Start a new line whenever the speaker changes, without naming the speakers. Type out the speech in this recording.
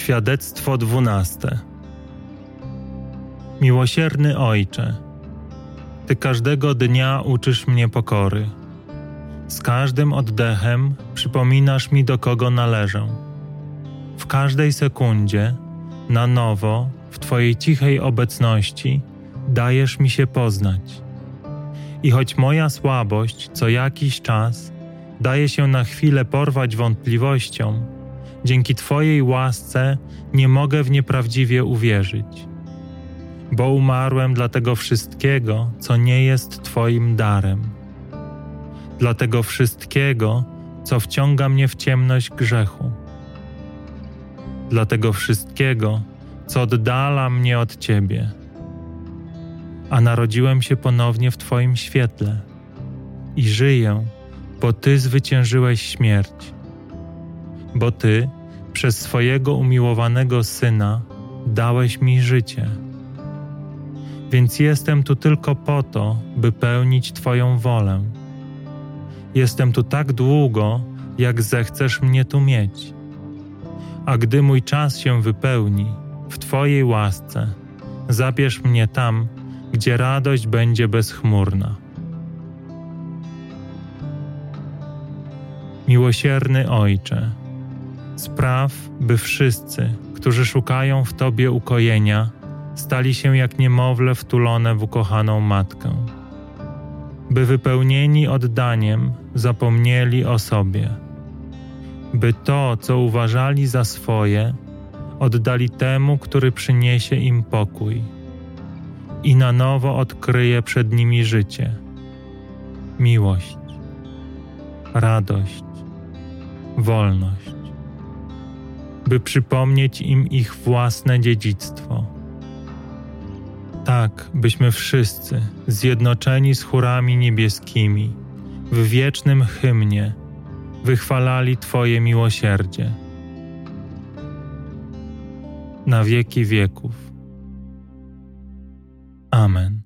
Świadectwo 12. Miłosierny Ojcze, Ty każdego dnia uczysz mnie pokory. Z każdym oddechem przypominasz mi, do kogo należę. W każdej sekundzie, na nowo, w Twojej cichej obecności, dajesz mi się poznać. I choć moja słabość co jakiś czas daje się na chwilę porwać wątpliwością, dzięki Twojej łasce nie mogę w nie prawdziwie uwierzyć. Bo umarłem dla tego wszystkiego, co nie jest Twoim darem. Dla tego wszystkiego, co wciąga mnie w ciemność grzechu. Dla tego wszystkiego, co oddala mnie od Ciebie. A narodziłem się ponownie w Twoim świetle i żyję, bo Ty zwyciężyłeś śmierć. Bo Ty przez swojego umiłowanego Syna dałeś mi życie. Więc jestem tu tylko po to, by pełnić Twoją wolę. Jestem tu tak długo, jak zechcesz mnie tu mieć. A gdy mój czas się wypełni, w Twojej łasce, zabierz mnie tam, gdzie radość będzie bezchmurna. Miłosierny Ojcze, spraw, by wszyscy, którzy szukają w Tobie ukojenia, stali się jak niemowlę wtulone w ukochaną Matkę. By wypełnieni oddaniem zapomnieli o sobie. By to, co uważali za swoje, oddali temu, który przyniesie im pokój i na nowo odkryje przed nimi życie, miłość, radość, wolność. By przypomnieć im ich własne dziedzictwo. Tak, byśmy wszyscy, zjednoczeni z chórami niebieskimi, w wiecznym hymnie, wychwalali Twoje miłosierdzie. Na wieki wieków. Amen.